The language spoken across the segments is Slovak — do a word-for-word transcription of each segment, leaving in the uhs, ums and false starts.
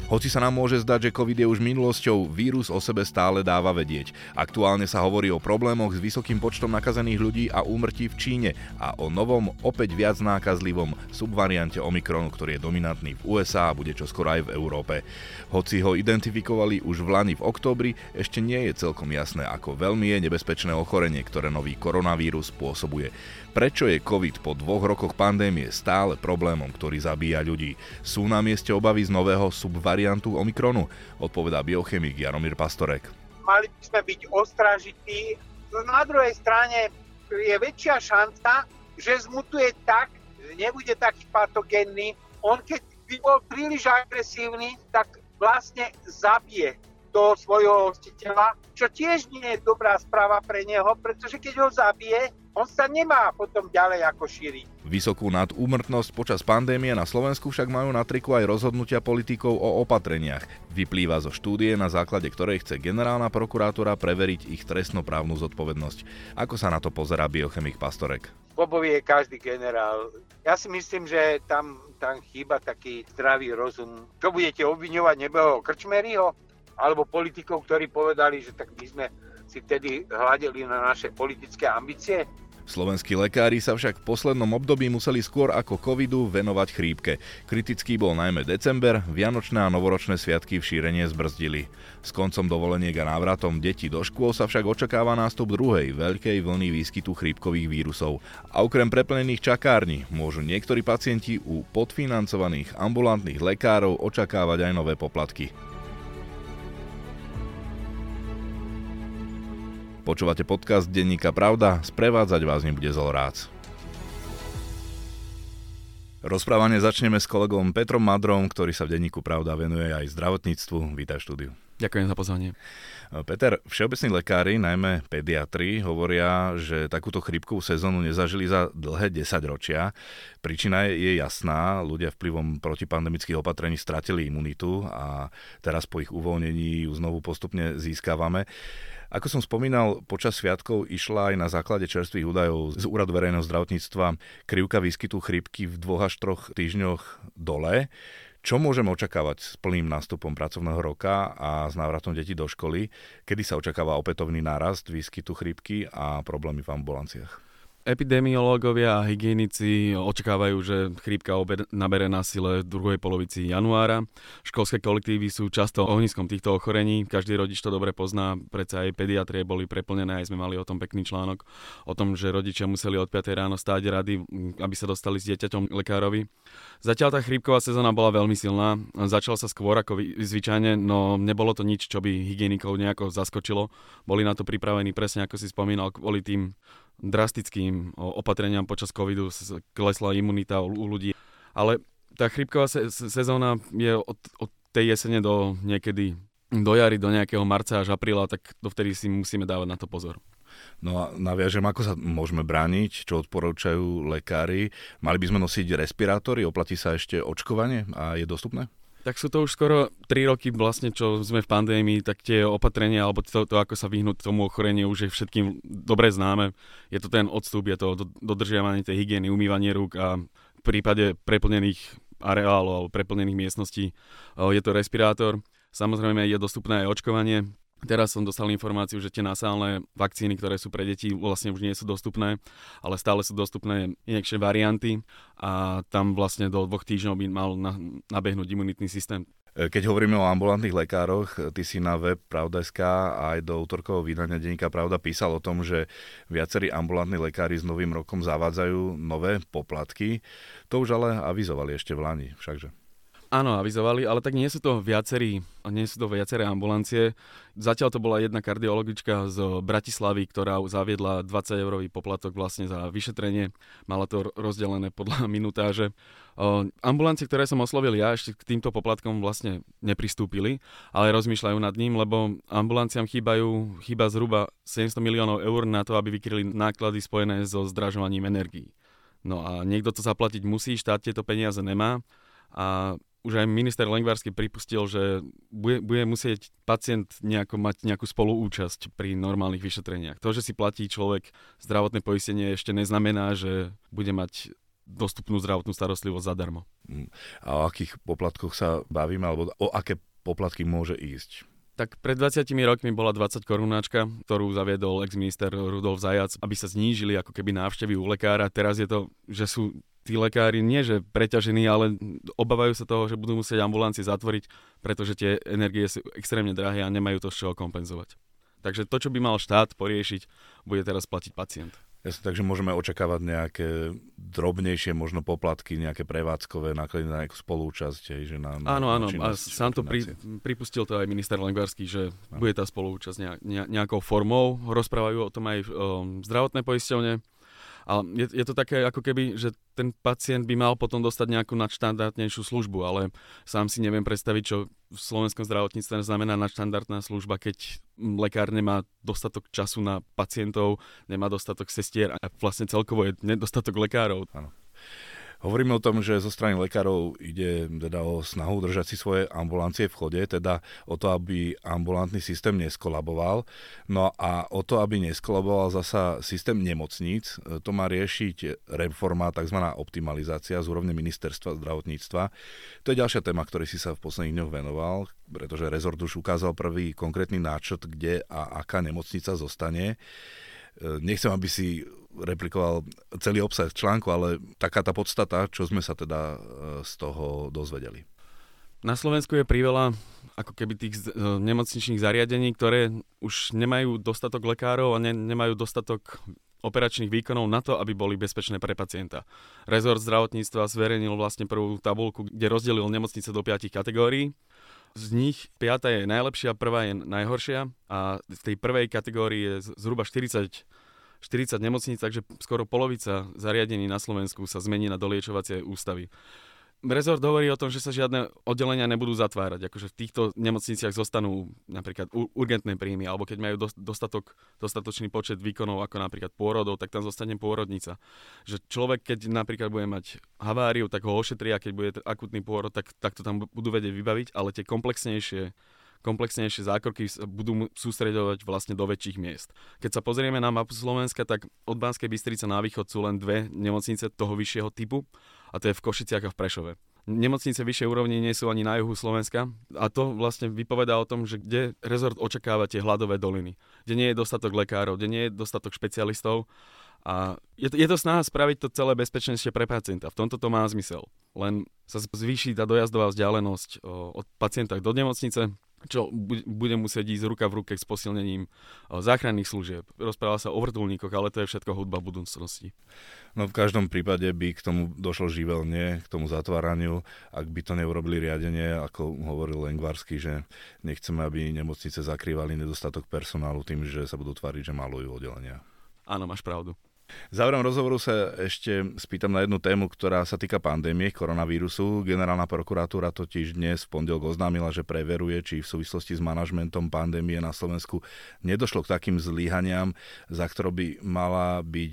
Hoci sa nám môže zdať, že COVID je už minulosťou, vírus o sebe stále dáva vedieť. Aktuálne sa hovorí o problémoch s vysokým počtom nakazených ľudí a úmrtí v Číne a o novom, opäť viac nákazlivom subvariante Omikronu, ktorý je dominantný v ú es á a bude čoskoro aj v Európe. Hoci ho identifikovali už v lani v októbri, ešte nie je celkom jasné, ako veľmi je nebezpečné ochorenie, ktoré nový koronavírus spôsobuje. Prečo je COVID po dvoch rokoch pandémie stále problémom, ktorý zabíja ľudí? Sú na mieste obavy z nového subvariantu Omikronu? Odpovedá biochemik Jaromír Pastorek. Mali by sme byť ostražití. Na druhej strane je väčšia šanca, že zmutuje tak, že nebude taký patogénny. On keď by bol príliš agresívny, tak vlastne zabije toho svojho hostiteľa, čo tiež nie je dobrá správa pre neho, pretože keď ho zabije, on sa nemá potom ďalej ako šíriť. Vysokú nadúmrtnosť počas pandémie na Slovensku však majú na triku aj rozhodnutia politikov o opatreniach. Vyplýva zo štúdie, na základe ktorej chce generálna prokuratúra preveriť ich trestnoprávnu zodpovednosť. Ako sa na to pozerá biochemik Pastorek? V obovi je každý generál. Ja si myslím, že tam, tam chýba taký zdravý rozum. Čo budete obviňovať nebého Krčmeryho? Alebo politikov, ktorí povedali, že tak my sme si vtedy hľadeli na naše politické ambície? Slovenskí lekári sa však v poslednom období museli skôr ako covidu venovať chrípke. Kritický bol najmä december, vianočné a novoročné sviatky v šírenie zbrzdili. S koncom dovoleniek a návratom detí do škôl sa však očakáva nástup druhej veľkej vlny výskytu chrípkových vírusov. A okrem preplnených čakární môžu niektorí pacienti u podfinancovaných ambulantných lekárov očakávať aj nové poplatky. Počúvate podcast denníka Pravda, sprevádzať vás nebude Zol Rác. Rozprávanie začneme s kolegom Petrom Madrom, ktorý sa v denníku Pravda venuje aj zdravotníctvu. Vítaj v štúdiu. Ďakujem za pozvanie. Peter, všeobecní lekári, najmä pediatri, hovoria, že takúto chrípkovú sezónu nezažili za dlhé desaťročia. Príčina je jasná, ľudia vplyvom protipandemických opatrení stratili imunitu a teraz po ich uvoľnení ju znovu postupne získavame. Ako som spomínal, počas sviatkov išla aj na základe čerstvých údajov z Úradu verejného zdravotníctva krivka výskytu chrípky v dvoch až troch týždňoch dole. Čo môžeme očakávať s plným nástupom pracovného roka a s návratom detí do školy? Kedy sa očakáva opätovný nárast výskytu chrípky a problémy v ambulanciách? Epidemiológovia a hygienici očakávajú, že chrípka nabere na sile v druhej polovici januára. Školské kolektívy sú často ohniskom týchto ochorení. Každý rodič to dobre pozná, predsa aj pediatrie boli preplnené, aj sme mali o tom pekný článok, o tom, že rodičia museli od piatej ráno stáť rady, aby sa dostali s dieťaťom lekárovi. Zatiaľ tá chrípková sezóna bola veľmi silná. Začala sa skôr ako zvyčajne, no nebolo to nič, čo by hygienikov nejako zaskočilo. Boli na to pripravení presne, ako si spomínal, kvôli tým drastickým opatreniam počas covidu klesla imunita u ľudí. Ale tá chrípková se- sezóna je od, od tej jesene do niekedy do jary, do nejakého marca až apríla, tak dovtedy si musíme dávať na to pozor. No a naviažem, ako sa môžeme brániť, čo odporúčajú lekári. Mali by sme nosiť respirátory, oplatí sa ešte očkovanie a je dostupné? Tak sú to už skoro tri roky vlastne, čo sme v pandémii, tak tie opatrenia, alebo to, to ako sa vyhnúť tomu ochoreniu, už je všetkým dobre známe. Je to ten odstup, je to dodržiavanie tej hygieny, umývanie rúk a v prípade preplnených areálov alebo preplnených miestností je to respirátor. Samozrejme je dostupné aj očkovanie. Teraz som dostal informáciu, že tie nasálne vakcíny, ktoré sú pre deti, vlastne už nie sú dostupné, ale stále sú dostupné inekšie varianty a tam vlastne do dvoch týždňov by mal nabehnúť imunitný systém. Keď hovoríme o ambulantných lekároch, ty si na web Pravda bodka es ká a aj do útorkového vydania denníka Pravda písal o tom, že viacerí ambulantní lekári s novým rokom zavádzajú nové poplatky. To už ale avizovali ešte v lani, všakže. Áno, avizovali, ale tak nie sú to viacerí, nie sú to viaceré ambulancie. Zatiaľ to bola jedna kardiologička z Bratislavy, ktorá zaviedla dvadsať eurový poplatok vlastne za vyšetrenie. Mala to rozdelené podľa minutáže. Ambulancie, ktoré som oslovil ja, ešte k týmto poplatkom vlastne nepristúpili, ale rozmýšľajú nad ním, lebo ambulanciám chýbajú, chýba zhruba sedemsto miliónov eur na to, aby vykryli náklady spojené so zdražovaním energií. No a niekto to zaplatiť musí, štát tieto peniaze nemá a už aj minister Lengvarsky pripustil, že bude, bude musieť pacient nejako mať nejakú spoluúčasť pri normálnych vyšetreniach. To, že si platí človek zdravotné poistenie, ešte neznamená, že bude mať dostupnú zdravotnú starostlivosť zadarmo. A o akých poplatkoch sa bavíme, alebo o aké poplatky môže ísť? Tak pred dvadsiatimi rokmi bola dvadsať korunáčka, ktorú zaviedol ex-minister Rudolf Zajac, aby sa znížili ako keby návštevy u lekára. Teraz je to, že sú tí lekári nie že preťažení, ale obávajú sa toho, že budú musieť ambulancie zatvoriť, pretože tie energie sú extrémne drahé a nemajú to z čoho kompenzovať. Takže to, čo by mal štát poriešiť, bude teraz platiť pacient. Jasne, takže môžeme očakávať nejaké drobnejšie možno poplatky, nejaké prevádzkové náklady na nejakú spolúčasť. Že na, na, áno, áno. Na a sám to pri, pripustil to aj minister Lengvarský, že áno. bude tá spolúčasť nejak, nejakou formou. Rozprávajú o tom aj um, zdravotné poisťovne. Ale je, je to také ako keby, že ten pacient by mal potom dostať nejakú nadštandardnejšiu službu, ale sám si neviem predstaviť, čo v slovenskom zdravotníctve znamená nadštandardná služba, keď lekár nemá dostatok času na pacientov, nemá dostatok sestier a vlastne celkovo je nedostatok lekárov. Áno. Hovoríme o tom, že zo strany lekárov ide teda o snahu držať si svoje ambulancie v chode, teda o to, aby ambulantný systém neskolaboval. No a o to, aby neskolaboval zasa systém nemocníc, to má riešiť reforma, tzv. Optimalizácia z úrovne ministerstva zdravotníctva. To je ďalšia téma, ktorej si sa v posledných dňoch venoval, pretože rezort už ukázal prvý konkrétny náčrt, kde a aká nemocnica zostane. Nechcem, aby si replikoval celý obsah článku, ale taká tá podstata, čo sme sa teda z toho dozvedeli. Na Slovensku je priveľa ako keby tých nemocničných zariadení, ktoré už nemajú dostatok lekárov a ne, nemajú dostatok operačných výkonov na to, aby boli bezpečné pre pacienta. Rezort zdravotníctva zverejnil vlastne prvú tabuľku, kde rozdelil nemocnice do piatich kategórií. Z nich piata je najlepšia, prvá je najhoršia a v tej prvej kategórii je zhruba štyridsať, štyridsať nemocníc, takže skoro polovica zariadení na Slovensku sa zmení na doliečovacie ústavy. Rezort hovorí o tom, že sa žiadne oddelenia nebudú zatvárať, akože v týchto nemocniciach zostanú napríklad urgentné príjmy, alebo keď majú dostatok, dostatočný počet výkonov, ako napríklad pôrodov, tak tam zostane pôrodnica. Že človek, keď napríklad bude mať haváriu, tak ho ošetria, keď bude akutný pôrod, tak, tak to tam budú vedieť vybaviť, ale tie komplexnejšie komplexnejšie zákroky budú sústreďovať vlastne do väčších miest. Keď sa pozrieme na mapu Slovenska, tak od Banskej Bystrice na východ sú len dve nemocnice toho vyššieho typu, a to je v Košiciach a v Prešove. Nemocnice vyššej úrovni nie sú ani na juhu Slovenska a to vlastne vypovedá o tom, že kde rezort očakáva tie hladové doliny, kde nie je dostatok lekárov, kde nie je dostatok špecialistov a je to, je to snaha spraviť to celé bezpečnejšie pre pacienta. V tomto to má zmysel. Len sa zvýši tá dojazdová vzdialenosť od pacienta do nemocnice, čo bude musieť ísť ruka v ruke s posilnením záchranných služieb. Rozpráva sa o vrtuľníkoch, ale to je všetko hudba budúcnosti. No v každom prípade by k tomu došlo živelne, k tomu zatváraniu, ak by to neurobili riadenie, ako hovoril Lengvarský, že nechceme, aby nemocnice zakrývali nedostatok personálu tým, že sa budú tváriť, že malujú oddelenia. Áno, máš pravdu. Záverom rozhovoru sa ešte spýtam na jednu tému, ktorá sa týka pandémie koronavírusu. Generálna prokuratúra totiž dnes v pondelok oznámila, že preveruje, či v súvislosti s manažmentom pandémie na Slovensku nedošlo k takým zlyhaniam, za ktoré by mala byť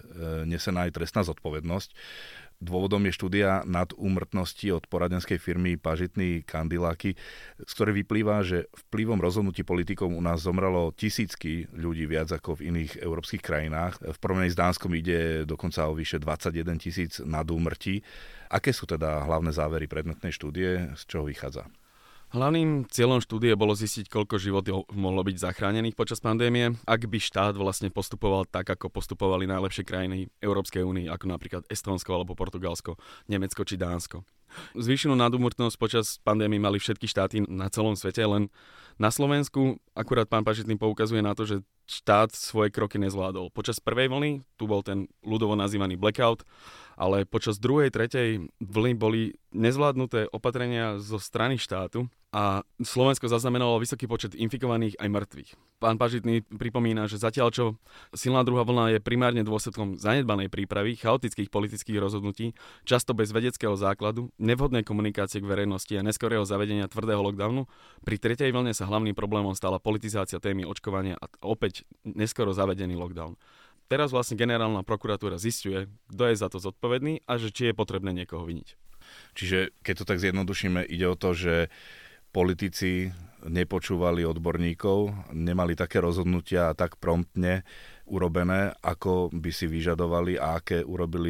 nesená aj trestná zodpovednosť. Dôvodom je štúdia nadúmrtnosti od poradenskej firmy Pažitný Kandiláky, z ktorej vyplýva, že vplyvom rozhodnutí politikov u nás zomrelo tisícky ľudí viac ako v iných európskych krajinách. V porovnaní s Dánskom ide dokonca o vyše dvadsaťjeden tisíc nadúmrtí. Aké sú teda hlavné závery predmetnej štúdie, z čoho vychádza? Hlavným cieľom štúdie bolo zistiť, koľko životov mohlo byť zachránených počas pandémie, ak by štát vlastne postupoval tak, ako postupovali najlepšie krajiny Európskej únie, ako napríklad Estónsko alebo Portugalsko, Nemecko či Dánsko. Zvýšenú nadúmrtnosť počas pandémie mali všetky štáty na celom svete, len na Slovensku akurát pán Pažitný poukazuje na to, že štát svoje kroky nezvládol. Počas prvej vlny tu bol ten ľudovo nazývaný blackout, ale počas druhej, tretej vlny boli nezvládnuté opatrenia zo strany štátu a Slovensko zaznamenalo vysoký počet infikovaných aj mŕtvych. Pán Pažitný pripomína, že zatiaľ čo silná druhá vlna je primárne dôsledkom zanedbanej prípravy, chaotických politických rozhodnutí, často bez vedeckého základu, nevhodnej komunikácie k verejnosti a neskorého zavedenia tvrdého lockdownu, pri tretej vlne sa hlavným problémom stala politizácia témy očkovania a opäť neskoro zavedený lockdown. Teraz vlastne generálna prokuratúra zisťuje, kto je za to zodpovedný a že či je potrebné niekoho viniť. Čiže keď to tak zjednodušíme, ide o to, že politici nepočúvali odborníkov, nemali také rozhodnutia tak promptne urobené, ako by si vyžadovali a aké urobili v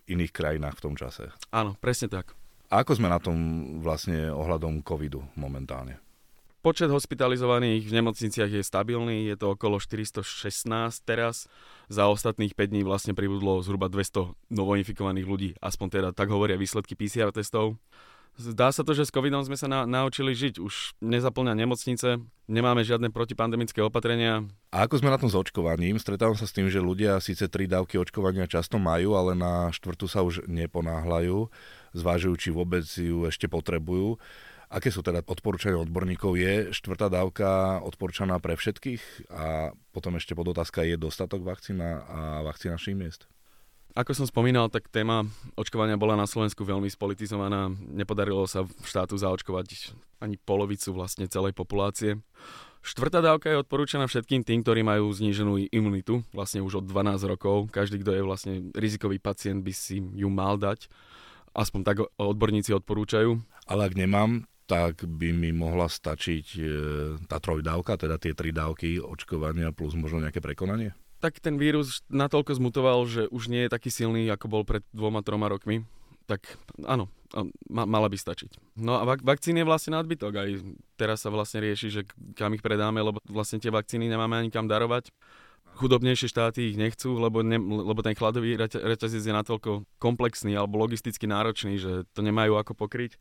iných krajinách v tom čase. Áno, presne tak. A ako sme na tom vlastne ohľadom covidu momentálne? Počet hospitalizovaných v nemocniciach je stabilný, je to okolo štyristošestnásť teraz. Za ostatných päť dní vlastne pribudlo zhruba dvesto novoinfikovaných ľudí, aspoň teda tak hovoria výsledky pé cé er testov. Zdá sa to, že s covidom sme sa na, naučili žiť. Už nezaplňa nemocnice, nemáme žiadne protipandemické opatrenia. A ako sme na tom s očkovaním? Stretávam sa s tým, že ľudia síce tri dávky očkovania často majú, ale na štvrtú sa už neponáhľajú, zvážujú, či vôbec ju ešte potrebujú. Aké sú teda odporúčania odborníkov? Je štvrtá dávka odporúčaná pre všetkých? A potom ešte podotázka, je dostatok vakcín a vakcinačných miest? Ako som spomínal, tak téma očkovania bola na Slovensku veľmi spolitizovaná. Nepodarilo sa štátu zaočkovať ani polovicu vlastne celej populácie. Štvrtá dávka je odporúčaná všetkým tým, ktorí majú zníženú imunitu, vlastne už od dvanásť rokov. Každý, kto je vlastne rizikový pacient, by si ju mal dať. Aspoň tak odborníci odporúčajú. Ale ak nemám, tak by mi mohla stačiť tá trojdávka, teda tie tri dávky očkovania plus možno nejaké prekonanie? Tak ten vírus natoľko zmutoval, že už nie je taký silný, ako bol pred dvoma, troma rokmi. Tak áno, ma, mala by stačiť. No a vak- vakcín je vlastne nadbytok. Aj teraz sa vlastne rieši, že kam ich predáme, lebo vlastne tie vakcíny nemáme ani kam darovať. Chudobnejšie štáty ich nechcú, lebo, ne, lebo ten chladový reťazec je natoľko komplexný alebo logisticky náročný, že to nemajú ako pokryť.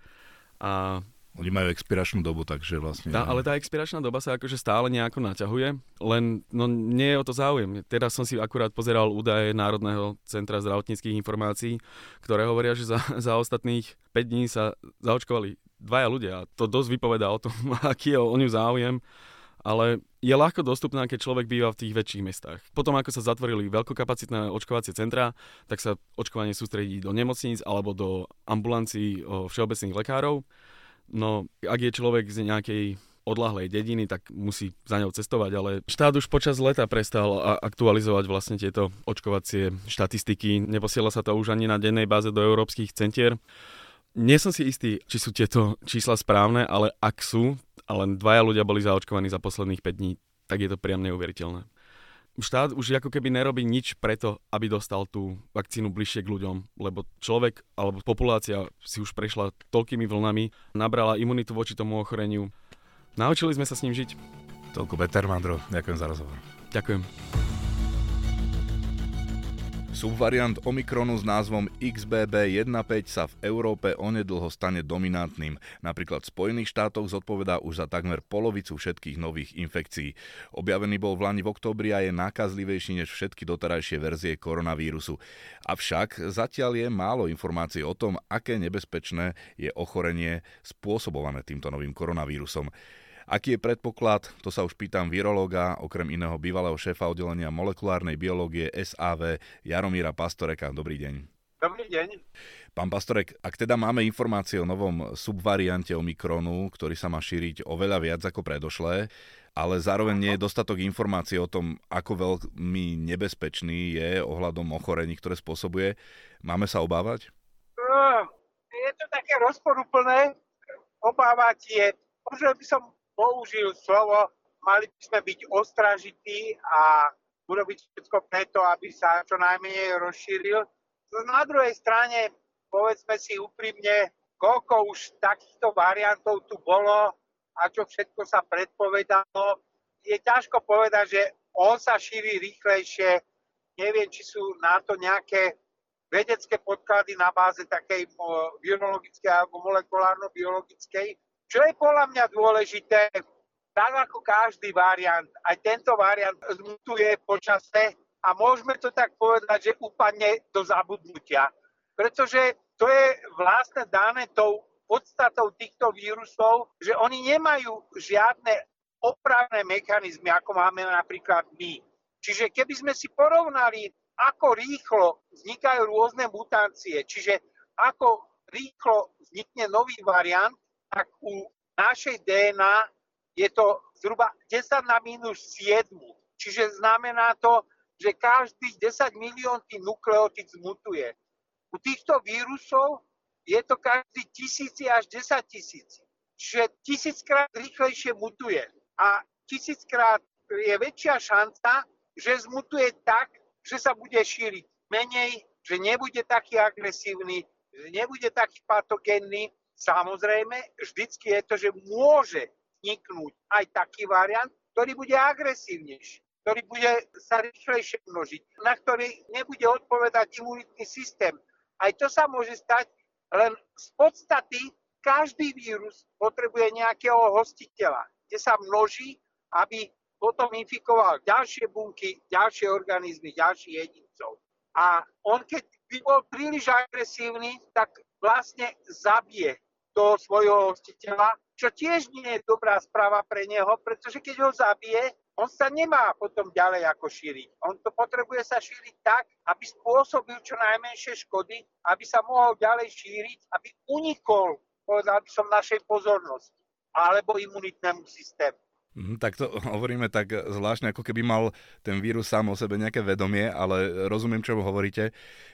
A oni majú expiračnú dobu, takže vlastne... Tá, ale tá expiračná doba sa akože stále nejako naťahuje, len no, nie je o to záujem. Teraz som si akurát pozeral údaje Národného centra zdravotníckych informácií, ktoré hovoria, že za, za ostatných päť dní sa zaočkovali dvaja ľudia. A to dosť vypovedá o tom, aký je o ňu záujem, ale je ľahko dostupná, keď človek býva v tých väčších mestách. Potom, ako sa zatvorili veľkokapacitné očkovacie centrá, tak sa očkovanie sústredí do nemocníc alebo do ambulancií všeobecných lekárov. No, ak je človek z nejakej odľahlej dediny, tak musí za ňou cestovať, ale štát už počas leta prestal aktualizovať vlastne tieto očkovacie štatistiky. Neposiela sa to už ani na dennej báze do európskych centier. Nie som si istý, či sú tieto čísla správne, ale ak sú, a len dvaja ľudia boli zaočkovaní za posledných päť dní, tak je to priam neuveriteľné. Štát už ako keby nerobí nič preto, aby dostal tú vakcínu bližšie k ľuďom, lebo človek alebo populácia si už prešla toľkými vlnami, nabrala imunitu voči tomu ochoreniu. Naučili sme sa s ním žiť. Toľko Peter Mandro, ďakujem za rozhovor. Ďakujem. Subvariant Omikronu s názvom iks bé bé jeden päť sa v Európe onedlho stane dominantným. Napríklad v Spojených štátoch zodpovedá už za takmer polovicu všetkých nových infekcií. Objavený bol v lani v októbri a je nákazlivejší než všetky doterajšie verzie koronavírusu. Avšak zatiaľ je málo informácií o tom, aké nebezpečné je ochorenie spôsobované týmto novým koronavírusom. Aký je predpoklad? To sa už pýtam virológa, okrem iného bývalého šéfa oddelenia molekulárnej biológie es á vé Jaromíra Pastoreka. Dobrý deň. Dobrý deň. Pán Pastorek, ak teda máme informácie o novom subvariante Omikronu, ktorý sa má šíriť oveľa viac ako predošlé, ale zároveň nie je dostatok informácií o tom, ako veľmi nebezpečný je ohľadom ochorení, ktoré spôsobuje, máme sa obávať? Je to také rozporuplné. Obávať je, možno by som použil slovo, mali by sme byť ostražití a urobiť všetko preto, aby sa čo najmenej rozšíril. Na druhej strane, povedzme si úprimne, koľko už takýchto variantov tu bolo a čo všetko sa predpovedalo. Je ťažko povedať, že on sa šíri rýchlejšie. Neviem, či sú na to nejaké vedecké podklady na báze takej virologickej alebo molekulárno-biologickej. Čo je podľa mňa dôležité, tak ako každý variant, aj tento variant zmutuje počase a môžeme to tak povedať, že upadne do zabudnutia. Pretože to je vlastne dané tou podstatou týchto vírusov, že oni nemajú žiadne opravné mechanizmy, ako máme napríklad my. Čiže keby sme si porovnali, ako rýchlo vznikajú rôzne mutácie, čiže ako rýchlo vznikne nový variant, tak u našej dé en á je to zhruba desať na mínus sedem. Čiže znamená to, že každých desať miliónky nukleotíd zmutuje. U týchto vírusov je to každý tisíci až desať tisíc. Čiže tisíckrát rýchlejšie mutuje. A tisíckrát je väčšia šanca, že zmutuje tak, že sa bude šíriť menej že nebude taký agresívny, že nebude taký patogénny. Samozrejme, vždycky je to, že môže vzniknúť aj taký variant, ktorý bude agresívnejší, ktorý bude sa rýchlejšie množiť, na ktorý nebude odpovedať imunitný systém. Aj to sa môže stať, len z podstaty každý vírus potrebuje nejakého hostiteľa, kde sa množí, aby potom infikoval ďalšie bunky, ďalšie organizmy, ďalších jedincov. A on, keď by bol príliš agresívny, tak vlastne zabije toho svojho hostiteľa, čo tiež nie je dobrá správa pre neho, pretože keď ho zabije, on sa nemá potom ďalej ako šíriť. On to potrebuje sa šíriť tak, aby spôsobil čo najmenšie škody, aby sa mohol ďalej šíriť, aby unikol, povedal by som, našej pozornosti alebo imunitnému systému. Mm, tak to hovoríme tak zvláštne, ako keby mal ten vírus sám o sebe nejaké vedomie, ale rozumiem, čo hovoríte.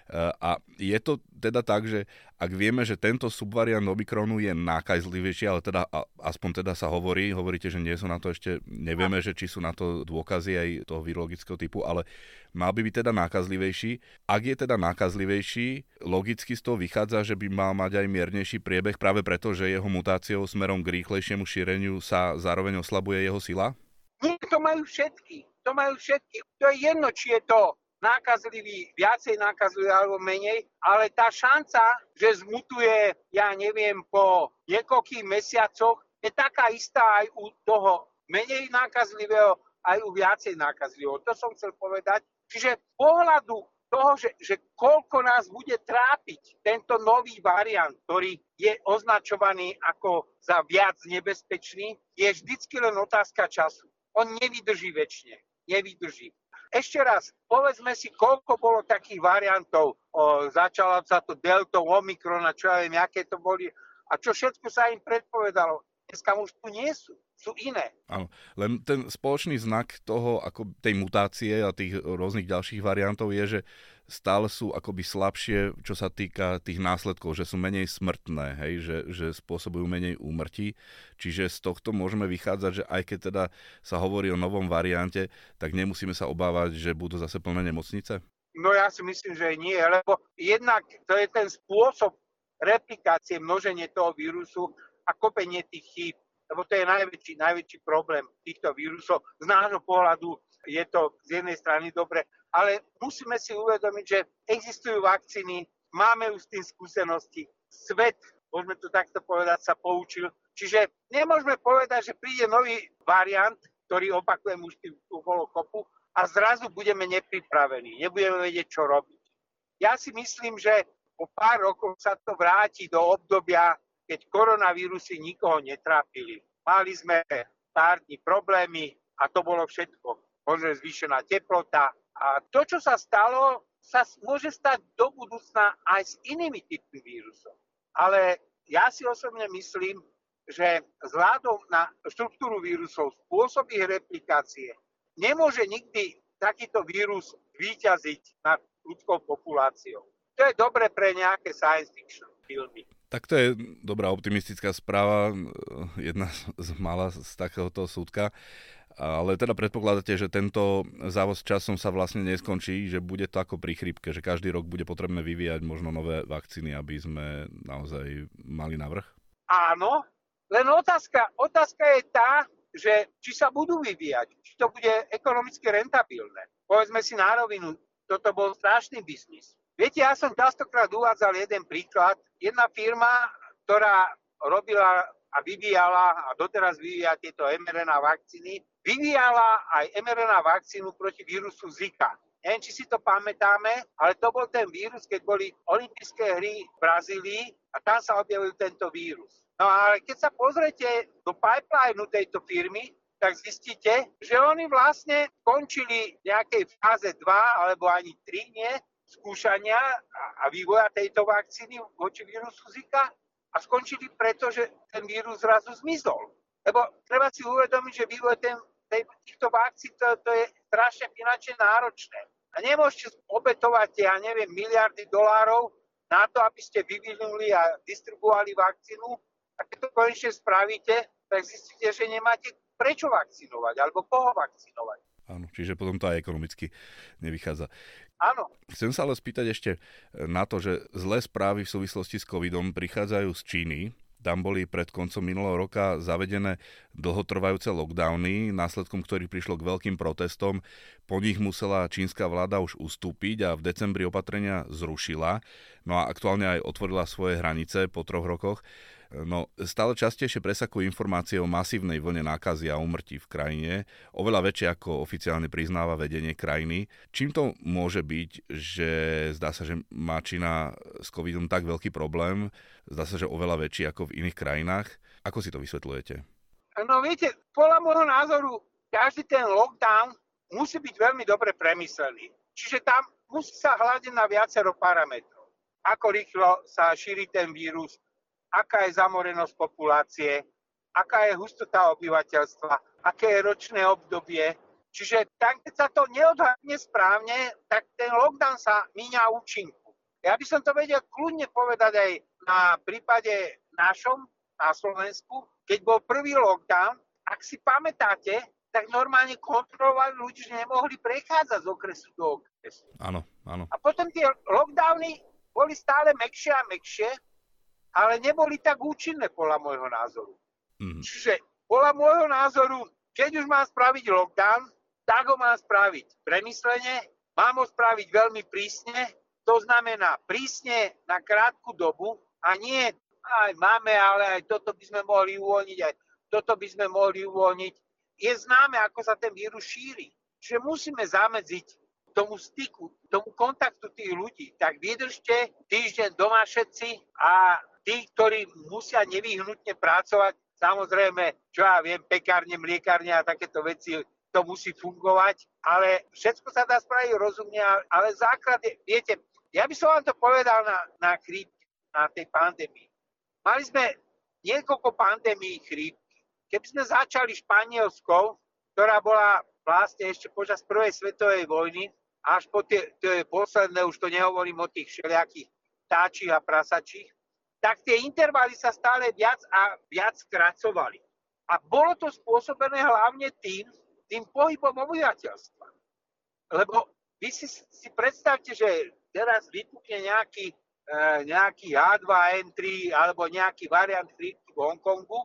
A je to teda tak, že ak vieme, že tento subvariant Omikronu je nákazlivejší, ale teda aspoň teda sa hovorí, hovoríte, že nie sú na to ešte, nevieme, že či sú na to dôkazy aj toho virologického typu, ale mal by byť teda nákazlivejší. Ak je teda nákazlivejší, logicky z toho vychádza, že by mal mať aj miernejší priebeh práve preto, že jeho mutáciou smerom k rýchlejšiemu šíreniu sa zároveň oslabuje jeho sila? Nie, to majú všetky. To majú všetky. To je jedno, či je to nákazlivý, viacej nákazlivý alebo menej, ale tá šanca, že zmutuje, ja neviem, po niekoľkých mesiacoch, je taká istá aj u toho menej nákazlivého, aj u viacej nákazlivého. To som chcel povedať. Čiže z pohľadu toho, že, že koľko nás bude trápiť tento nový variant, ktorý je označovaný ako za viac nebezpečný, je vždycky len otázka času. On nevydrží väčšine. Nevydrží. Ešte raz, povedzme si, koľko bolo takých variantov. O, začala sa to deltou, Omikron a čo ja viem, aké to boli. A čo všetko sa im predpovedalo. Dneska už tu nie sú. Sú iné. Áno, len ten spoločný znak toho, ako tej mutácie a tých rôznych ďalších variantov je, že stále sú akoby slabšie, čo sa týka tých následkov, že sú menej smrtné, hej, že, že spôsobujú menej úmrtí. Čiže z tohto môžeme vychádzať, že aj keď teda sa hovorí o novom variante, tak nemusíme sa obávať, že budú zase plné nemocnice? No ja si myslím, že nie, lebo jednak to je ten spôsob replikácie, množenie toho vírusu a kopenie tých chýb. Lebo to je najväčší, najväčší problém týchto vírusov. Z nášho pohľadu je to z jednej strany dobre, ale musíme si uvedomiť, že existujú vakcíny, máme už s tým skúsenosti. Svet, môžeme to takto povedať, sa poučil. Čiže nemôžeme povedať, že príde nový variant, ktorý opakujem už tu bolo kopu, a zrazu budeme nepripravení, nebudeme vedieť, čo robiť. Ja si myslím, že po pár rokov sa to vráti do obdobia, keď koronavírusy nikoho netrápili. Mali sme pár dní problémy a to bolo všetko. Možno zvýšená teplota. A to, čo sa stalo, sa môže stať do budúcna aj s inými typmi vírusov. Ale ja si osobne myslím, že vzhľadom na štruktúru vírusov, spôsob ich replikácie, nemôže nikdy takýto vírus víťaziť nad ľudskou populáciou. To je dobre pre nejaké science fiction filmy. Tak to je dobrá optimistická správa, jedna z mála z takéhoto súdka. Ale teda predpokladáte, že tento závoz časom sa vlastne neskončí, že bude to ako pri chrípke, že každý rok bude potrebné vyvíjať možno nové vakcíny, aby sme naozaj mali navrch? Áno, len otázka, otázka je tá, že či sa budú vyvíjať, či to bude ekonomicky rentabilné. Povedzme si na rovinu, toto bol strašný biznis. Viete, ja som častokrát uvádzal jeden príklad. Jedna firma, ktorá robila a vyvíjala a doteraz vyvíja tieto em er en á vakcíny, vyvíjala aj em er en á vakcínu proti vírusu Zika. Neviem, či si to pamätáme, ale to bol ten vírus, keď boli olympijské hry v Brazílii a tam sa objavil tento vírus. No ale keď sa pozriete do pipelineu tejto firmy, tak zistíte, že oni vlastne skončili v nejakej fáze dva alebo ani tri, nie? skúšania a vývoja tejto vakcíny voči vírusu Zika a skončili preto, že ten vírus zrazu zmizol. Lebo treba si uvedomiť, že vývoj ten, týchto vakcín to, to je strašne finančne náročné. A nemôžete obetovať, ja neviem, miliardy dolárov na to, aby ste vyvinuli a distribuovali vakcínu. A keď to konečne spravíte, tak zistíte, že nemáte prečo vakcinovať alebo koho vakcinovať. Áno, čiže potom to aj ekonomicky nevychádza. Áno. Chcem sa ale spýtať ešte na to, že zlé správy v súvislosti s covidom prichádzajú z Číny. Tam boli pred koncom minulého roka zavedené dlhotrvajúce lockdowny, následkom ktorých prišlo k veľkým protestom. Po nich musela čínska vláda už ustúpiť a v decembri opatrenia zrušila. No a aktuálne aj otvorila svoje hranice po troch rokoch. No, stále častejšie presakujú informácie o masívnej vlne nákazy a úmrtí v krajine, oveľa väčšie ako oficiálne priznáva vedenie krajiny. Čím to môže byť, že zdá sa, že má Čína s covidom tak veľký problém, zdá sa, že oveľa väčší ako v iných krajinách? Ako si to vysvetľujete? No viete, podľa môjho názoru, každý ten lockdown musí byť veľmi dobre premyslený. Čiže tam musí sa hľadiť na viacero parametrov. Ako rýchlo sa šíri ten vírus, aká je zamorenosť populácie, aká je hustota obyvateľstva, aké je ročné obdobie. Čiže tak, keď sa to neodhadne správne, tak ten lockdown sa míňa účinku. Ja by som to vedel kľudne povedať aj na prípade našom, na Slovensku, keď bol prvý lockdown, ak si pamätáte, tak normálne kontrolovali ľudí, že nemohli prechádzať z okresu do okresu. Áno, áno. A potom tie lockdowny boli stále mäkšie a mäkšie, ale neboli tak účinné podľa môjho názoru. Mm. Čiže podľa môjho názoru, keď už mám spraviť lockdown, tak ho mám spraviť premyslene, mám ho spraviť veľmi prísne, to znamená prísne na krátku dobu a nie aj máme, ale aj toto by sme mohli uvoľniť, aj toto by sme mohli uvoľniť. Je známe, ako sa ten vírus šíri. Čiže musíme zamedziť tomu styku, tomu kontaktu tých ľudí. Tak vydržte týždeň doma všetci a tí, ktorí musia nevyhnutne pracovať, samozrejme, čo ja viem, pekárne, mliekárne a takéto veci, to musí fungovať, ale všetko sa dá spraviť rozumne, ale základ je, viete, ja by som vám to povedal na, na chrípke, na tej pandémii. Mali sme niekoľko pandémií chrípky. Keby sme začali Španielskou, ktorá bola vlastne ešte počas prvej svetovej vojny, až po tie, tie posledné, už to nehovorím o tých všelijakých táčich a prasačích, tak tie intervaly sa stále viac a viac skracovali. A bolo to spôsobené hlavne tým, tým pohybom obyvateľstva. Lebo vy si, si predstavte, že teraz vypukne nejaký, e, nejaký há dva en tri alebo nejaký variant chrípky v Hongkongu,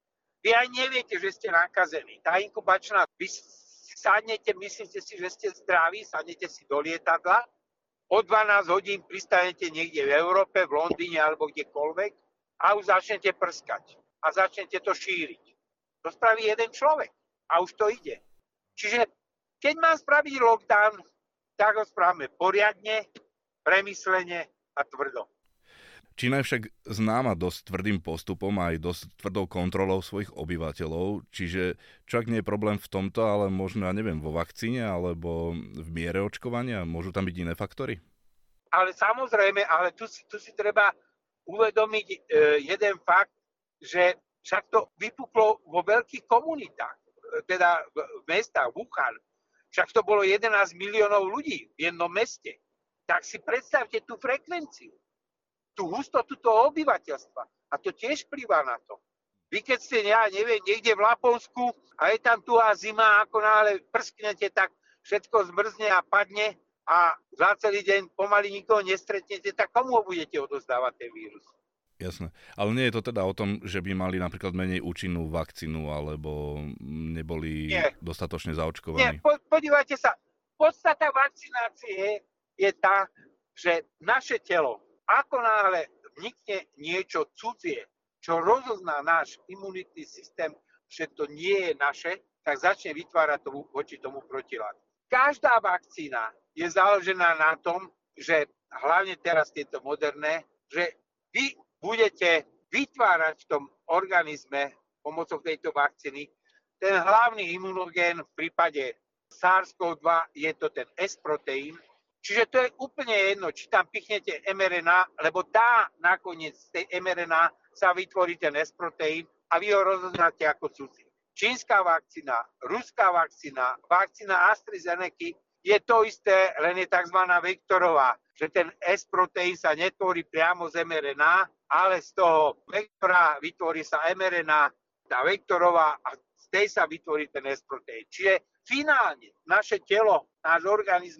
vy aj neviete, že ste nakazení. Tá inkubačná, vy si sadnete, myslíte si, že ste zdraví, sadnete si do lietadla, o dvanásť hodín pristanete niekde v Európe, v Londýne alebo kdekoľvek a už začnete prskať a začnete to šíriť. To spraví jeden človek a už to ide. Čiže keď mám spraviť lockdown, tak ho spravíme poriadne, premyslene a tvrdo. Čína je však známa dosť tvrdým postupom a aj dosť tvrdou kontrolou svojich obyvateľov, čiže čo ak nie je problém v tomto, ale možno, ja neviem, vo vakcíne alebo v miere očkovania, môžu tam byť iné faktory? Ale samozrejme, ale tu si, tu si treba uvedomiť e, jeden fakt, že však to vypuklo vo veľkých komunitách, teda v, v mestách, Wuhan, však to bolo jedenásť miliónov ľudí v jednom meste. Tak si predstavte tú frekvenciu, tú hustotu toho obyvateľstva. A to tiež vplyvá na to. Vy keď ste, ja neviem, niekde v Laponsku a je tam tuhá zima, ako náhle prsknete, tak všetko zmrzne a padne a za celý deň pomaly nikoho nestretnete, tak komu ho budete odozdávať ten vírus? Jasné. Ale nie je to teda o tom, že by mali napríklad menej účinnú vakcínu alebo neboli nie. dostatočne zaočkovaní? Nie, po, podívajte sa. Podstata vakcinácie je tá, že naše telo, ako náhle vnikne niečo cudzie, čo rozozná náš imunitný systém, že to nie je naše, tak začne vytvárať tomu, voči tomu protilátky. Každá vakcína je založená na tom, že hlavne teraz tieto moderné, že vy budete vytvárať v tom organizme pomocou tejto vakcíny ten hlavný imunogén, v prípade SARS-kov dva je to ten S-proteín. Čiže to je úplne jedno, či tam pichnete em er en á, lebo tá nakoniec z tej em er en á sa vytvorí ten S-proteín a vy ho rozoznáte ako cudzí. Čínska vakcína, ruská vakcína, vakcína AstraZeneca je to isté, len je tzv. Vektorová, že ten S-proteín sa netvorí priamo z em er en á, ale z toho vektora vytvorí sa em er en á, tá vektorová, a z tej sa vytvorí ten S-proteín. Čiže finálne naše telo, náš organizmus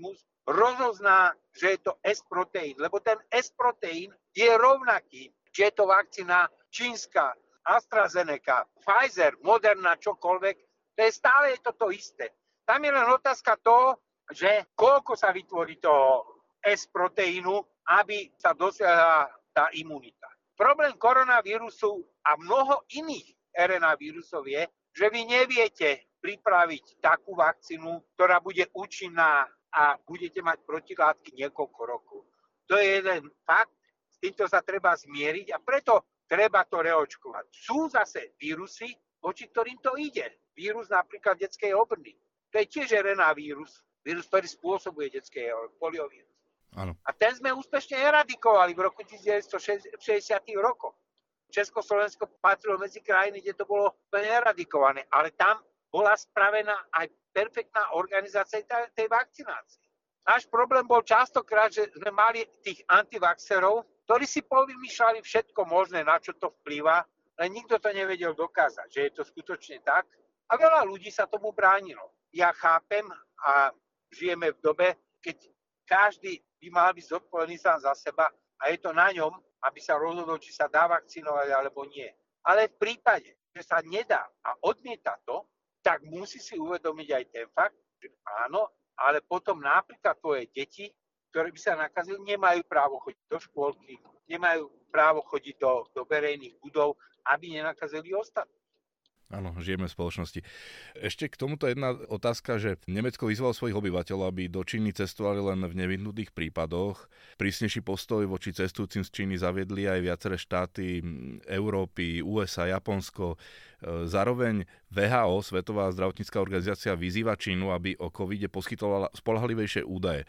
rozozná, že je to S-proteín, lebo ten S-proteín je rovnaký, či je to vakcína čínska, AstraZeneca, Pfizer, Moderna, čokoľvek, to je stále je to to isté. Tam je len otázka toho, že koľko sa vytvorí toho S-proteínu, aby sa dosiahla tá imunita. Problém koronavírusu a mnoho iných er en á vírusov je, že vy neviete pripraviť takú vakcínu, ktorá bude účinná a budete mať protilátky niekoľko rokov. To je jeden fakt, s týmto sa treba zmieriť a preto treba to reočkovať. Sú zase vírusy, voči ktorým to ide. Vírus napríklad detskej obrny. To je tiež er en á vírus, vírus, ktorý spôsobuje detské poliovírus. Áno. A ten sme úspešne eradikovali v roku devätnásťstošesťdesiatych rokoch. Československo patrilo medzi krajiny, kde to bolo úplne eradikované, ale tam bola spravená aj perfektná organizácia tej vakcinácie. Náš problém bol častokrát, že sme mali tých antivaxerov, ktorí si povymýšľali všetko možné, na čo to vplýva, len nikto to nevedel dokázať, že je to skutočne tak. A veľa ľudí sa tomu bránilo. Ja chápem a žijeme v dobe, keď každý by mal byť zodpovedný sám za seba a je to na ňom, aby sa rozhodol, či sa dá vakcinovať alebo nie. Ale v prípade, že sa nedá a odmieta to, tak musí si uvedomiť aj ten fakt, že áno, ale potom napríklad tvoje deti, ktoré by sa nakazili, nemajú právo chodiť do škôlky, nemajú právo chodiť do, do verejných budov, aby nenakazili ostatní. Áno, žijeme v spoločnosti. Ešte k tomuto jedna otázka, že Nemecko vyzvalo svojich obyvateľov, aby do Číny cestovali len v nevyhnutých prípadoch. Prísnejší postoj voči cestujúcim z Číny zaviedli aj viaceré štáty Európy, ú es á, Japonsko. Zároveň vé há ó, Svetová zdravotnícka organizácia, vyzýva Čínu, aby o covide poskytovala spoľahlivejšie údaje.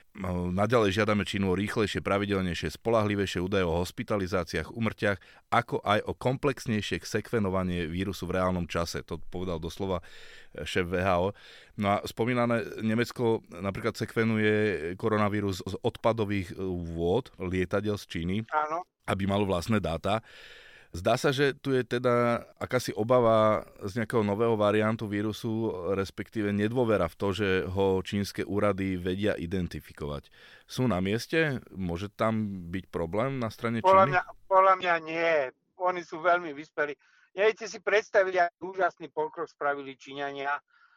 Naďalej žiadame Čínu o rýchlejšie, pravidelnejšie, spoľahlivejšie údaje o hospitalizáciách, úmrtiach, ako aj o komplexnejšie sekvenovanie vírusu v reálnom čase. To povedal doslova šéf vé há ó. No a spomínané Nemecko napríklad sekvenuje koronavírus z odpadových vôd lietadiel z Číny, Áno. aby malo vlastné dáta. Zdá sa, že tu je teda akási obava z nejakého nového variantu vírusu, respektíve nedôvera v to, že ho čínske úrady vedia identifikovať. Sú na mieste? Môže tam byť problém na strane Číny? Podľa mňa, podľa mňa nie. Oni sú veľmi vyspelí. Neviete si predstaviť, aký úžasný pokrok spravili Číňania.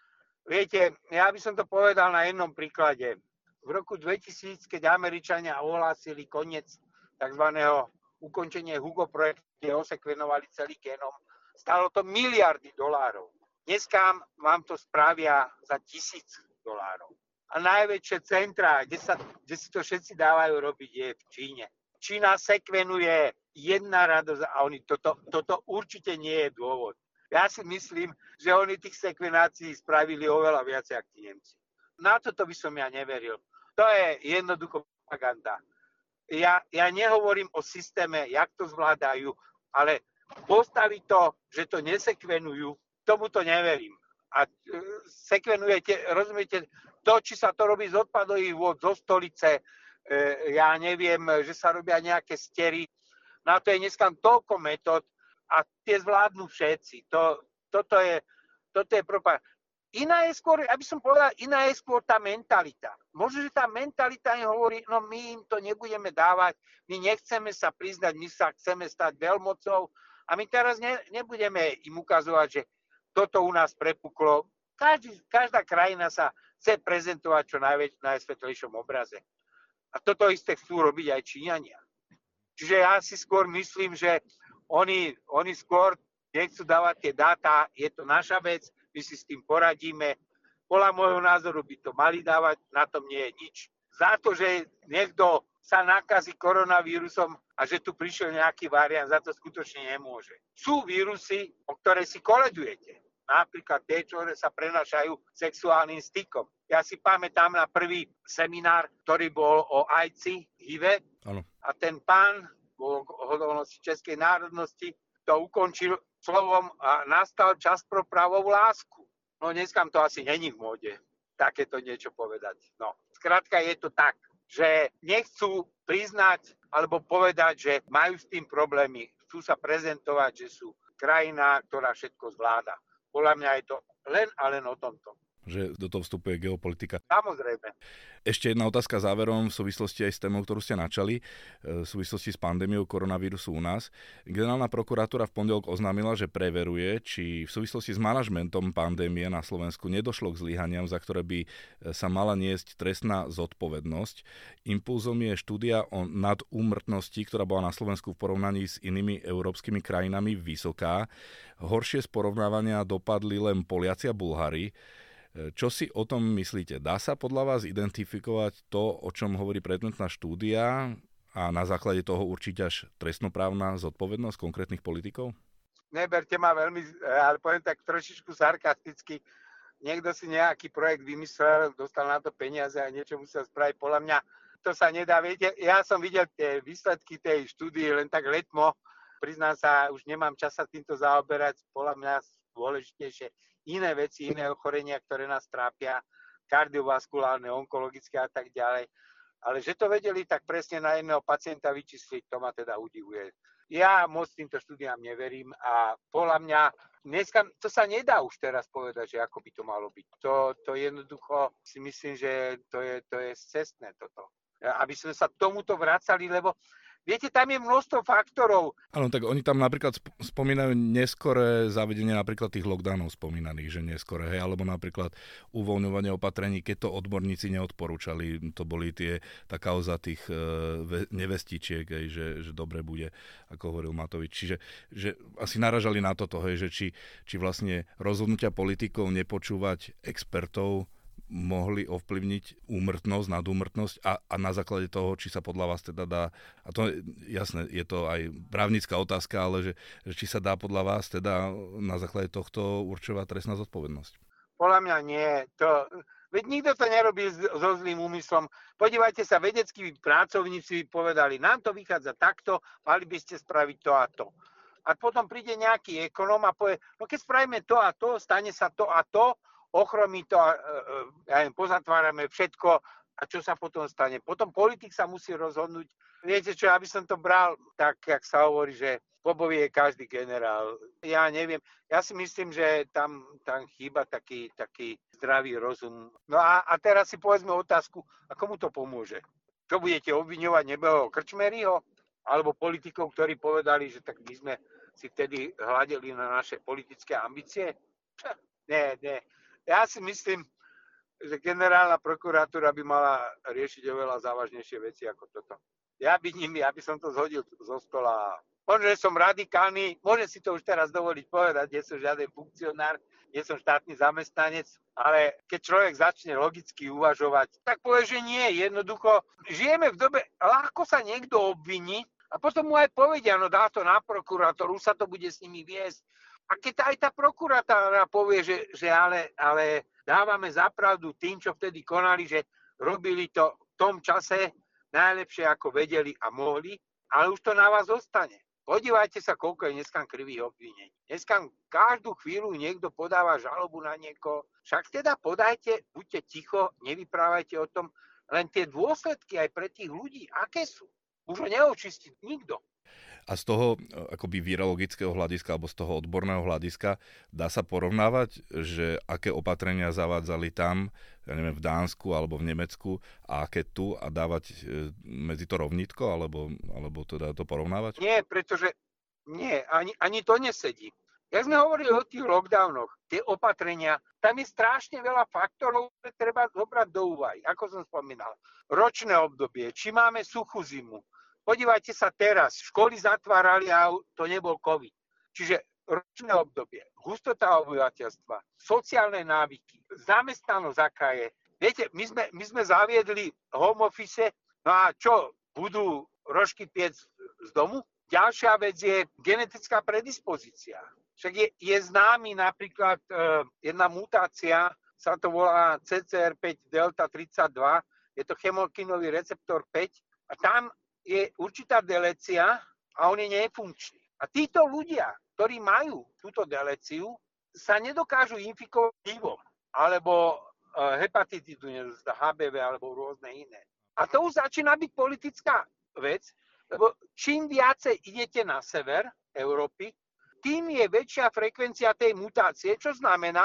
Viete, ja by som to povedal na jednom príklade. V roku dvetisíc, keď Američania ohlásili koniec takzvaného ukončenie Hugo projektu, kde osekvenovali celý genom, stálo to miliardy dolárov. Dneska vám to spravia za tisíc dolárov. A najväčšie centrá, kde, sa, kde si to všetci dávajú robiť, je v Číne. Čína sekvenuje jedna radosť a oni, toto, toto určite nie je dôvod. Ja si myslím, že oni tých sekvenácií spravili oveľa viac ako tí Nemci. Na toto by som ja neveril. To je jednoducho propaganda. Ja, ja nehovorím o systéme, jak to zvládajú, ale postaviť to, že to nesekvenujú, tomu to neverím. A sekvenujete, rozumiete, to, či sa to robí z odpadových vôd, zo stolice, e, ja neviem, že sa robia nejaké stery, na to je dneska toľko metód a tie zvládnu všetci. To, toto je, toto je propaganda. Iná je skôr, aby som povedal, iná je skôr tá mentalita. Možno, že tá mentalita im hovorí, no my im to nebudeme dávať, my nechceme sa priznať, my sa chceme stať veľmocou a my teraz ne, nebudeme im ukazovať, že toto u nás prepuklo. Každý, každá krajina sa chce prezentovať čo najväč, najsvetlejšom obraze. A toto isté chcú robiť aj Číňania. Čiže ja si skôr myslím, že oni, oni skôr nechcú dávať tie dáta, je to naša vec, my si s tým poradíme. Podľa môjho názoru by to mali dávať, na tom nie je nič. Za to, že niekto sa nakazí koronavírusom a že tu prišiel nejaký variant, za to skutočne nemôže. Sú vírusy, o ktoré si koledujete. Napríklad tie, ktoré sa prenášajú sexuálnym stykom. Ja si pamätám na prvý seminár, ktorý bol o ajci, há í vé. Áno. A ten pán, bol hodovnosti českej národnosti, to ukončil slovom a nastal čas pro pravou lásku. No dneska to asi není v móde takéto niečo povedať. No, skrátka je to tak, že nechcú priznať alebo povedať, že majú s tým problémy. Chcú sa prezentovať, že sú krajina, ktorá všetko zvláda. Podľa mňa je to len a len o tomto. Že do toho vstupuje geopolitika. Samozrejme. Ešte jedna otázka záverom v súvislosti aj s témou, ktorú ste načali, v súvislosti s pandémiou koronavírusu u nás. Generálna prokuratúra v pondelok oznámila, že preveruje, či v súvislosti s manažmentom pandémie na Slovensku nedošlo k zlyhaniam, za ktoré by sa mala niesť trestná zodpovednosť. Impulzom je štúdia o nadúmrtnosti, ktorá bola na Slovensku v porovnaní s inými európskymi krajinami vysoká. Horšie z porovnávania dopadli len Poliaci a Bulhári. Čo si o tom myslíte? Dá sa podľa vás identifikovať to, o čom hovorí predmetná štúdia a na základe toho určiť až trestnoprávna zodpovednosť konkrétnych politikov? Neberte ma veľmi, ale poviem tak trošičku sarkasticky. Niekto si nejaký projekt vymyslel, dostal na to peniaze a niečo musel spraviť. Podľa mňa to sa nedá. Viete, ja som videl tie výsledky tej štúdie len tak letmo. Priznám sa, už nemám čas sa týmto zaoberať. Podľa mňa dôležitejšie iné veci, iné ochorenia, ktoré nás trápia, kardiovaskulárne, onkologické a tak ďalej. Ale že to vedeli tak presne na jedného pacienta vyčísliť, to ma teda udivuje. Ja moc týmto štúdiám neverím a podľa mňa dneska, to sa nedá už teraz povedať, že ako by to malo byť. To, to jednoducho si myslím, že to je, to je scestné toto. Aby sme sa tomuto vracali, lebo viete, tam je množstvo faktorov. Áno, tak oni tam napríklad spomínajú neskoré zavedenie napríklad tých lockdownov spomínaných, že neskoré, hej, alebo napríklad uvoľňovanie opatrení, keď to odborníci neodporúčali. To boli tie, tá kauza tých e, nevestičiek, hej, že, že dobre bude, ako hovoril Matovič. Čiže že asi naražali na toto, hej, že či, či vlastne rozhodnutia politikov nepočúvať expertov mohli ovplyvniť úmrtnosť, nadúmrtnosť a, a na základe toho, či sa podľa vás teda dá, a to je jasné, je to aj právnická otázka, ale že, že či sa dá podľa vás teda na základe tohto určovať trestná zodpovednosť. Podľa mňa nie. To, veď nikto to nerobí so zlým úmyslom. Podívajte sa, vedeckí pracovníci povedali, nám to vychádza takto, mali by ste spraviť to a to. A potom príde nejaký ekonóm a povie, no keď spravíme to a to, stane sa to a to, ochromí to a ja neviem, pozatvárame všetko a čo sa potom stane. Potom politik sa musí rozhodnúť. Viete čo, ja by som to bral tak, jak sa hovorí, že v boji je každý generál. Ja neviem, ja si myslím, že tam, tam chýba taký, taký zdravý rozum. No a, a teraz si povedzme otázku, a komu to pomôže? Čo budete obviňovať nebehého Krčmeryho? Alebo politikov, ktorí povedali, že tak my sme si vtedy hľadeli na naše politické ambície? Nie, nie. Ja si myslím, že generálna prokuratúra by mala riešiť oveľa závažnejšie veci ako toto. Ja by nimi, ja by som to zhodil zo stola. Možno, že som radikálny, môžem si to už teraz dovoliť povedať, nie som žiaden funkcionár, nie som štátny zamestnanec, ale keď človek začne logicky uvažovať, tak povie, že nie. Jednoducho, žijeme v dobe, ľahko sa niekto obviní a potom mu aj povedia, no dá to na prokurátor, už sa to bude s nimi viesť. A keď aj tá prokuratúra povie, že, že ale, ale dávame zapravdu tým, čo vtedy konali, že robili to v tom čase najlepšie, ako vedeli a mohli, ale už to na vás zostane. Podívajte sa, koľko je dneska krivých obvinení. Dneska každú chvíľu niekto podáva žalobu na niekoho. Však teda podajte, buďte ticho, nevyprávajte o tom, len tie dôsledky aj pre tých ľudí, aké sú. Už ho neočistí nikto. A z toho akoby virologického hľadiska alebo z toho odborného hľadiska dá sa porovnávať, že aké opatrenia zavádzali tam, ja neviem, v Dánsku alebo v Nemecku a aké tu a dávať medzi to rovnítko alebo, alebo teda to porovnávať? Nie, pretože nie, ani, ani to nesedí. Jak sme hovorili o tých lockdownoch, tie opatrenia, tam je strašne veľa faktorov, ktoré treba zobrať do úvahy. Ako som spomínal, ročné obdobie, či máme suchú zimu. Podívajte sa teraz, školy zatvárali a to nebol COVID. Čiže ročné obdobie, hustota obyvateľstva, sociálne návyky, zamestnanosť aká je. Viete, my sme, my sme zaviedli home office, no a čo, budú rožky piec z domu? Ďalšia vec je genetická predispozícia. Však je, je známy napríklad e, jedna mutácia, sa to volá cé cé er päť delta tridsaťdva, je to chemokinový receptor päť a tam je určitá delécia a on je nefunkčný. A títo ľudia, ktorí majú túto deléciu, sa nedokážu infikovať hivom alebo hepatitidu, há bé vé alebo rôzne iné. A to už začína byť politická vec, lebo čím viacej idete na sever Európy, tým je väčšia frekvencia tej mutácie, čo znamená,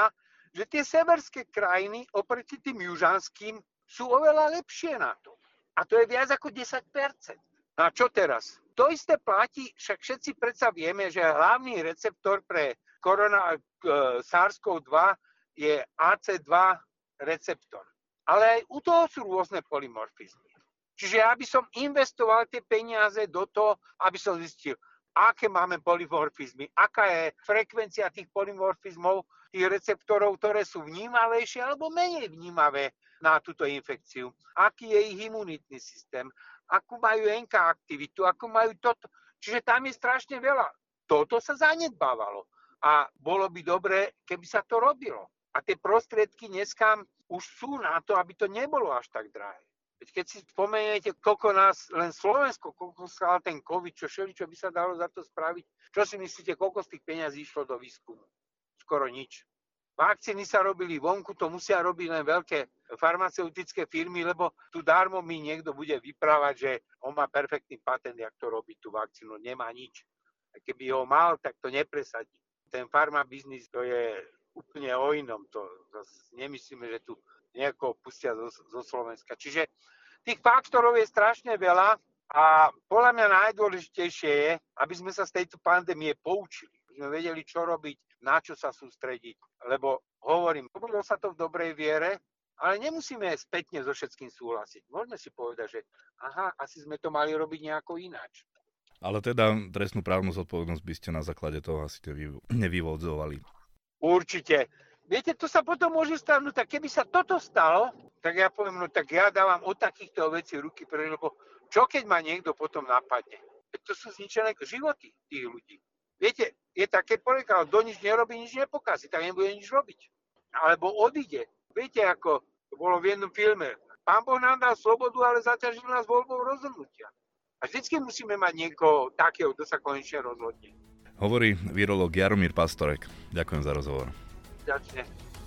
že tie severské krajiny oproti tým južanským sú oveľa lepšie na to. A to je viac ako desať percent. No a čo teraz? To isté platí, však všetci predsa vieme, že hlavný receptor pre korona, e, SARS-C o dva je á cé dva receptor. Ale aj u toho sú rôzne polymorfizmy. Čiže ja by som investoval tie peniaze do toho, aby som zistil, aké máme polymorfizmy, aká je frekvencia tých polymorfizmov, tých receptorov, ktoré sú vnímavejšie alebo menej vnímavé na túto infekciu. Aký je ich imunitný systém, akú majú en ká aktivitu, akú majú toto. Čiže tam je strašne veľa. Toto sa zanedbávalo. A bolo by dobre, keby sa to robilo. A tie prostriedky dneska už sú na to, aby to nebolo až tak drahé. Veď keď si spomeniete, koľko nás, len Slovensko, koľko stál ten COVID, čo všeli, čo by sa dalo za to spraviť, čo si myslíte, koľko z tých peňazí išlo do výskumu? Skoro nič. Vakcíny sa robili vonku, to musia robiť len veľké farmaceutické firmy, lebo tu darmo mi niekto bude vyprávať, že on má perfektný patent, jak to robí tú vakcínu. Nemá nič. A keby ho mal, tak to nepresadí. Ten farmabiznis, to je úplne o inom. To nemyslíme, že tu nejako pustia zo, zo Slovenska. Čiže tých faktorov je strašne veľa a podľa mňa najdôležitejšie je, aby sme sa z tejto pandémie poučili. Aby sme vedeli, čo robiť, na čo sa sústrediť. Lebo hovorím, robilo sa to v dobrej viere, ale nemusíme spätne so všetkým súhlasiť. Môžeme si povedať, že aha, asi sme to mali robiť nejako ináč. Ale teda trestnú právnu zodpovednosť by ste na základe toho asi nevyvodzovali. Určite. Viete, to sa potom môže stať, no tak keby sa toto stalo, tak ja poviem, no tak ja dávam od takýchto vecí ruky preč, lebo čo keď ma niekto potom napadne? Veď to sú zničené životy tých ľudí. Viete, je také porekalo, kto nič nerobí, nič nepokazí, tak nebude nič robiť. Alebo odíde. Viete, ako to bolo v jednom filme. Pán Boh nám dal slobodu, ale zaťažil nás voľbou rozhodnutia. A vždycky musíme mať niekoho takého, kto sa konečne rozhodne. Hovorí virológ Jaromír Pastorek. Ďakujem za rozhovor. Ďakujem.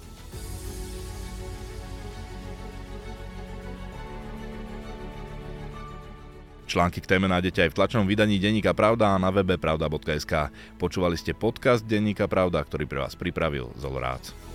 Články k téme nájdete aj v tlačovom vydaní Denníka Pravda a na webe pravda bodka es ká. Počúvali ste podcast Denníka Pravda, ktorý pre vás pripravil Zol Rác.